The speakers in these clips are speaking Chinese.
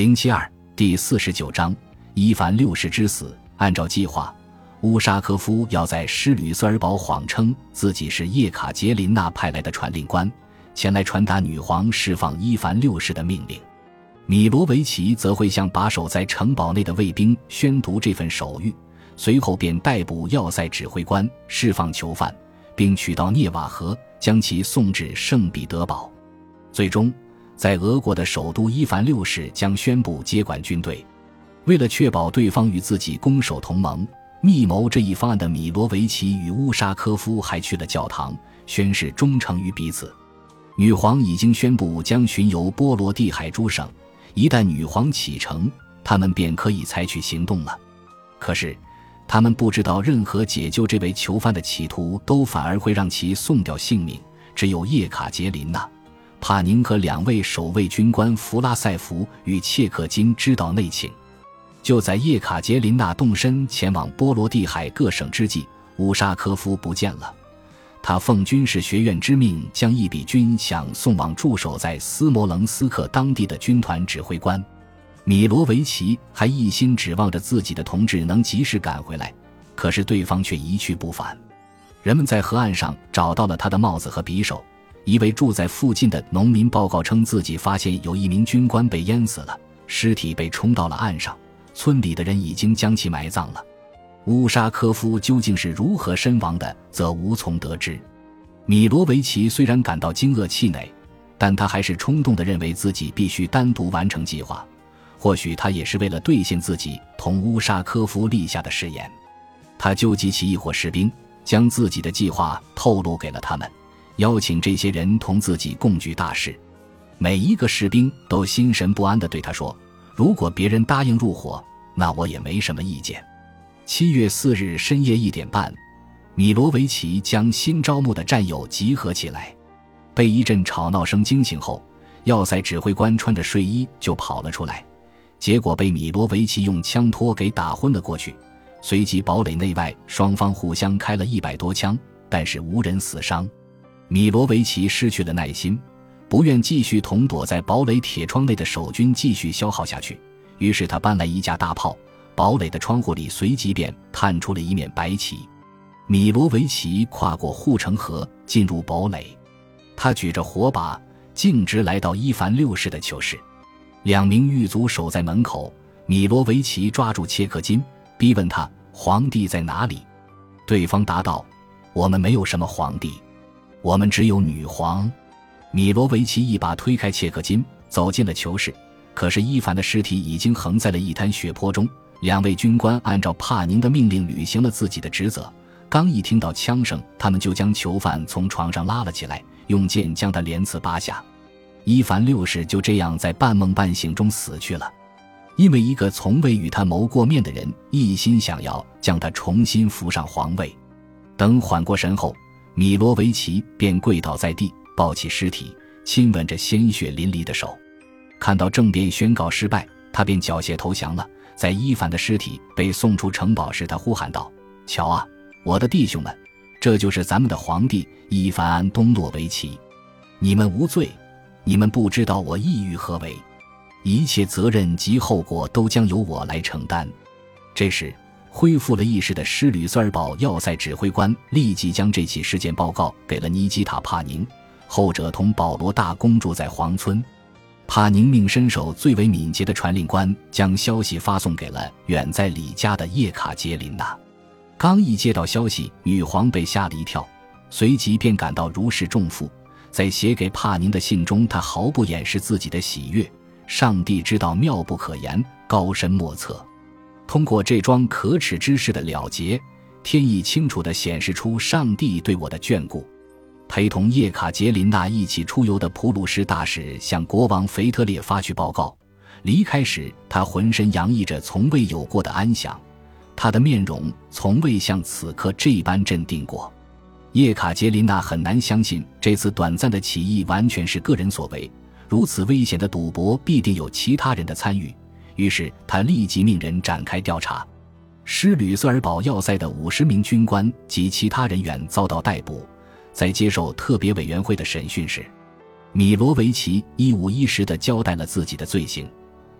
072第49章伊凡六世之死。按照计划，乌沙科夫要在施吕瑟尔堡谎称自己是叶卡捷琳娜派来的传令官，前来传达女皇释放伊凡六世的命令。米罗维奇则会向把守在城堡内的卫兵宣读这份手谕，随后便逮捕要塞指挥官，释放囚犯，并取到涅瓦河，将其送至圣彼得堡。最终在俄国的首都伊凡六世将宣布接管军队。为了确保对方与自己攻守同盟，密谋这一方案的米罗维奇与乌沙科夫还去了教堂，宣誓忠诚于彼此。女皇已经宣布将巡游波罗的海诸省，一旦女皇启程，他们便可以采取行动了。可是他们不知道，任何解救这位囚犯的企图都反而会让其送掉性命。只有叶卡捷琳娜、帕宁和2位守卫军官弗拉塞夫与切克金知道内情。就在叶卡捷琳娜动身前往波罗的海各省之际，乌沙科夫不见了。他奉军事学院之命，将一笔军饷送往驻守在斯摩棱斯克当地的军团指挥官。米罗维奇还一心指望着自己的同志能及时赶回来，可是对方却一去不返。人们在河岸上找到了他的帽子和匕首。一位住在附近的农民报告称，自己发现有一名军官被淹死了，尸体被冲到了岸上，村里的人已经将其埋葬了。乌沙科夫究竟是如何身亡的，则无从得知。米罗维奇虽然感到惊愕气馁，但他还是冲动地认为自己必须单独完成计划。或许他也是为了兑现自己同乌沙科夫立下的誓言。他纠集起一伙士兵，将自己的计划透露给了他们，邀请这些人同自己共举大事。每一个士兵都心神不安地对他说，如果别人答应入伙，那我也没什么意见。7月4日深夜1点半，米罗维奇将新招募的战友集合起来。被一阵吵闹声惊醒后，要塞指挥官穿着睡衣就跑了出来，结果被米罗维奇用枪托给打昏了过去。随即堡垒内外双方互相开了100多枪，但是无人死伤。米罗维奇失去了耐心，不愿继续同躲在堡垒铁窗内的守军继续消耗下去，于是他搬来一架大炮，堡垒的窗户里随即便探出了一面白旗。米罗维奇跨过护城河进入堡垒，他举着火把径直来到伊凡六世的囚室。2名狱卒守在门口，米罗维奇抓住切克金，逼问他皇帝在哪里。对方答道，我们没有什么皇帝，我们只有女皇。米罗维奇一把推开切克金，走进了囚室。可是伊凡的尸体已经横在了一滩血泊中。2位军官按照帕宁的命令履行了自己的职责，刚一听到枪声，他们就将囚犯从床上拉了起来，用剑将他连刺8下。伊凡六世就这样在半梦半醒中死去了，因为一个从未与他谋过面的人一心想要将他重新扶上皇位。等缓过神后，米罗维奇便跪倒在地，抱起尸体，亲吻着鲜血淋漓的手。看到政变宣告失败，他便缴械投降了。在伊凡的尸体被送出城堡时，他呼喊道，瞧啊，我的弟兄们，这就是咱们的皇帝伊凡安东诺维奇。你们无罪，你们不知道我意欲何为，一切责任及后果都将由我来承担。这时恢复了意识的施吕瑟尔堡要塞指挥官立即将这起事件报告给了尼基塔·帕宁，后者同保罗大公住在皇村。帕宁命身手最为敏捷的传令官将消息发送给了远在里加的叶卡捷琳娜。刚一接到消息，女皇被吓了一跳，随即便感到如释重负。在写给帕宁的信中，他毫不掩饰自己的喜悦，上帝之道妙不可言，高深莫测。通过这桩可耻之事的了结，天意清楚地显示出上帝对我的眷顾。陪同叶卡捷琳娜一起出游的普鲁士大使向国王腓特烈发去报告，离开时他浑身洋溢着从未有过的安详，他的面容从未像此刻这般镇定过。叶卡捷琳娜很难相信这次短暂的起义完全是个人所为，如此危险的赌博必定有其他人的参与，于是他立即命人展开调查。施吕瑟尔堡要塞的50名军官及其他人员遭到逮捕，在接受特别委员会的审讯时，米罗维奇一五一十地交代了自己的罪行。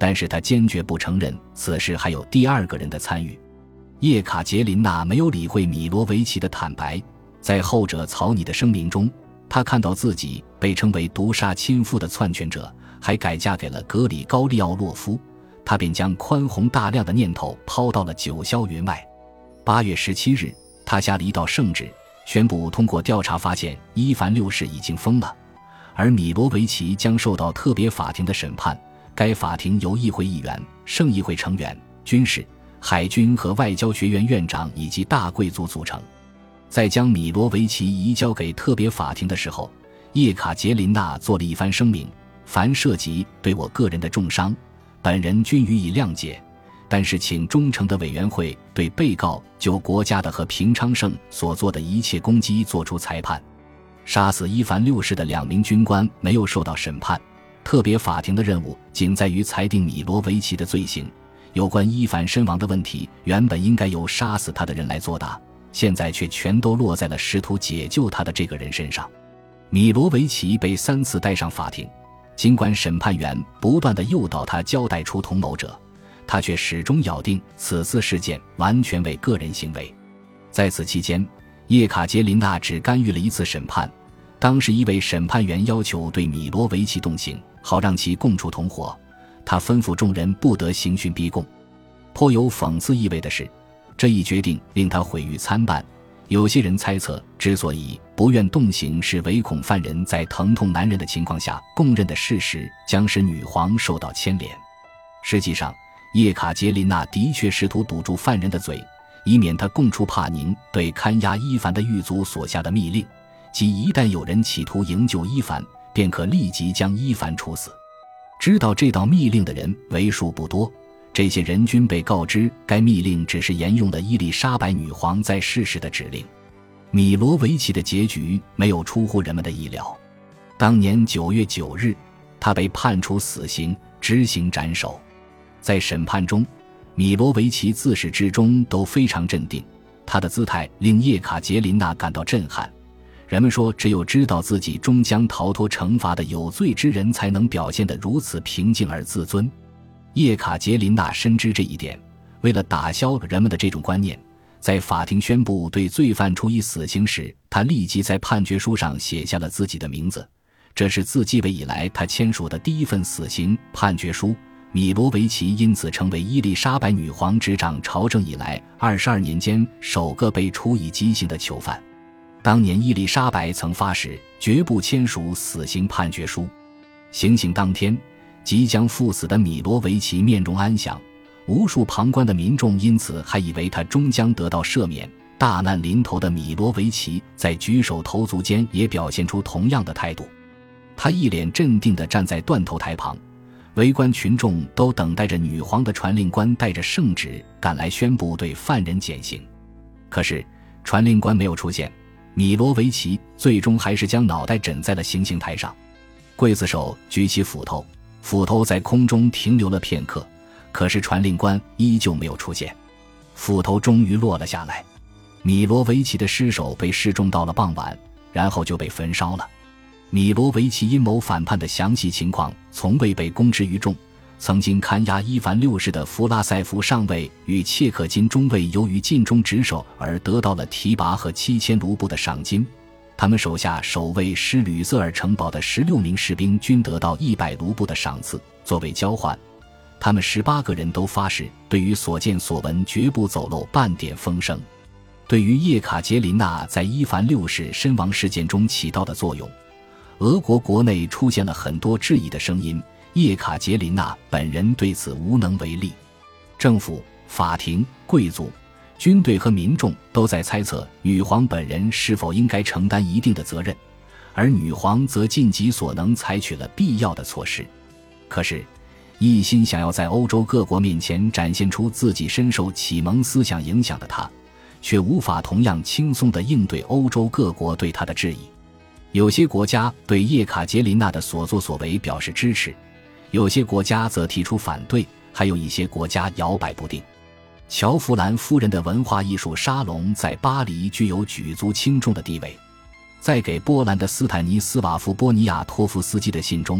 但是他坚决不承认此事还有第二个人的参与。叶卡捷琳娜没有理会米罗维奇的坦白，在后者草拟的声明中，他看到自己被称为毒杀亲夫的篡权者，还改嫁给了格里高利奥洛夫，他便将宽宏大量的念头抛到了九霄云外。8月17日，他下了一道圣旨，宣布通过调查发现伊凡六世已经疯了，而米罗维奇将受到特别法庭的审判。该法庭由议会议员、圣议会成员、军事、海军和外交学院院长以及大贵族组成。在将米罗维奇移交给特别法庭的时候，叶卡捷琳娜做了一番声明：凡涉及对我个人的重伤，本人均予以谅解，但是请忠诚的委员会对被告就国家的和平昌盛所做的一切攻击作出裁判。杀死伊凡六世的2名军官没有受到审判，特别法庭的任务仅在于裁定米罗维奇的罪行。有关伊凡身亡的问题原本应该由杀死他的人来作答，现在却全都落在了试图解救他的这个人身上。米罗维奇被3次带上法庭，尽管审判员不断地诱导他交代出同谋者，他却始终咬定此次事件完全为个人行为。在此期间，叶卡捷琳娜只干预了1次审判，当时一位审判员要求对米罗维奇动刑，好让其供出同伙，他吩咐众人不得刑讯逼供。颇有讽刺意味的是，这一决定令他毁誉参半。有些人猜测，之所以不愿动刑，是唯恐犯人在疼痛难忍的情况下供认的事实将使女皇受到牵连。实际上，叶卡捷琳娜的确试图堵住犯人的嘴，以免他供出帕宁对看押伊凡的狱卒所下的密令，即一旦有人企图营救伊凡，便可立即将伊凡处死。知道这道密令的人为数不多，这些人均被告知该密令只是沿用了伊丽莎白女皇在世时的指令。米罗维奇的结局没有出乎人们的意料。当年9月9日，他被判处死刑，执行斩首。在审判中，米罗维奇自始至终都非常镇定，他的姿态令叶卡捷琳娜感到震撼。人们说，只有知道自己终将逃脱惩罚的有罪之人才能表现得如此平静而自尊。叶卡捷琳娜深知这一点，为了打消人们的这种观念，在法庭宣布对罪犯处以死刑时，他立即在判决书上写下了自己的名字。这是自继位以来他签署的第一份死刑判决书。米罗维奇因此成为伊丽莎白女皇执掌朝政以来22年间首个被处以极刑的囚犯。当年伊丽莎白曾发誓绝不签署死刑判决书。行刑当天，即将赴死的米罗维奇面容安详，无数旁观的民众因此还以为他终将得到赦免。大难临头的米罗维奇在举手投足间也表现出同样的态度，他一脸镇定地站在断头台旁，围观群众都等待着女皇的传令官带着圣旨赶来宣布对犯人减刑。可是传令官没有出现，米罗维奇最终还是将脑袋枕在了行刑台上。刽子手举起斧头，斧头在空中停留了片刻，可是传令官依旧没有出现。斧头终于落了下来，米罗维奇的尸首被示众到了傍晚，然后就被焚烧了。米罗维奇阴谋反叛的详细情况从未被公之于众。曾经看押伊凡六世的弗拉塞夫上尉与切克金中尉由于尽忠职守而得到了提拔和7000卢布的赏金，他们手下守卫施吕瑟尔城堡的16名士兵均得到100卢布的赏赐。作为交换，他们18个人都发誓对于所见所闻绝不走漏半点风声。对于叶卡捷琳娜在伊凡六世身亡事件中起到的作用，俄国国内出现了很多质疑的声音，叶卡捷琳娜本人对此无能为力。政府、法庭、贵族、军队和民众都在猜测女皇本人是否应该承担一定的责任，而女皇则尽己所能采取了必要的措施。可是一心想要在欧洲各国面前展现出自己深受启蒙思想影响的她，却无法同样轻松地应对欧洲各国对她的质疑。有些国家对叶卡捷琳娜的所作所为表示支持，有些国家则提出反对，还有一些国家摇摆不定。乔弗兰夫人的文化艺术沙龙在巴黎具有举足轻重的地位。在给波兰的斯坦尼斯瓦夫·波尼亚托夫斯基的信中，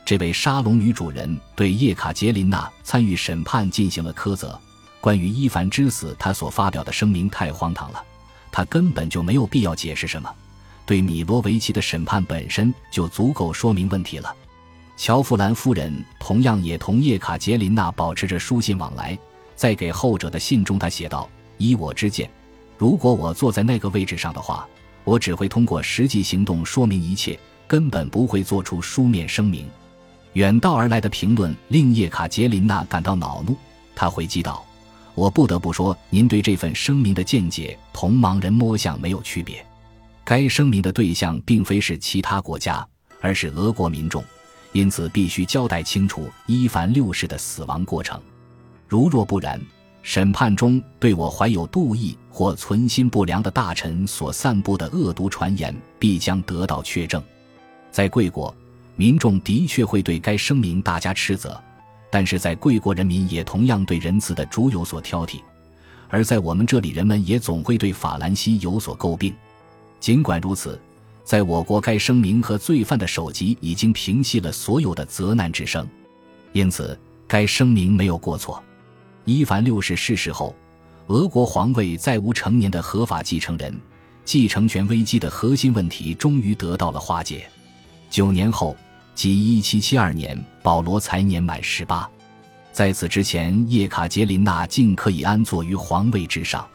这位沙龙女主人对叶卡捷琳娜参与审判进行了苛责。关于伊凡之死，他所发表的声明太荒唐了，他根本就没有必要解释什么。对米罗维奇的审判本身就足够说明问题了。乔弗兰夫人同样也同叶卡捷琳娜保持着书信往来，在给后者的信中，他写道：依我之见，如果我坐在那个位置上的话，我只会通过实际行动说明一切，根本不会做出书面声明。远道而来的评论令叶卡捷琳娜感到恼怒，她回击道：我不得不说，您对这份声明的见解同盲人摸象没有区别。该声明的对象并非是其他国家，而是俄国民众，因此必须交代清楚伊凡六世的死亡过程。如若不然，审判中对我怀有妒意或存心不良的大臣所散布的恶毒传言必将得到确证。在贵国，民众的确会对该声明大加斥责，但是在贵国人民也同样对仁慈的主有所挑剔，而在我们这里，人们也总会对法兰西有所诟病。尽管如此，在我国该声明和罪犯的首级已经平息了所有的责难之声，因此该声明没有过错。伊凡六世逝世后，俄国皇位再无成年的合法继承人，继承权危机的核心问题终于得到了化解。9年后，即1772年，保罗才年满18。在此之前，叶卡捷琳娜竟可以安坐于皇位之上。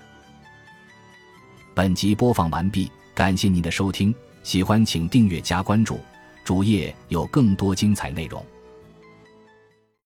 本集播放完毕，感谢您的收听，喜欢请订阅加关注，主页有更多精彩内容。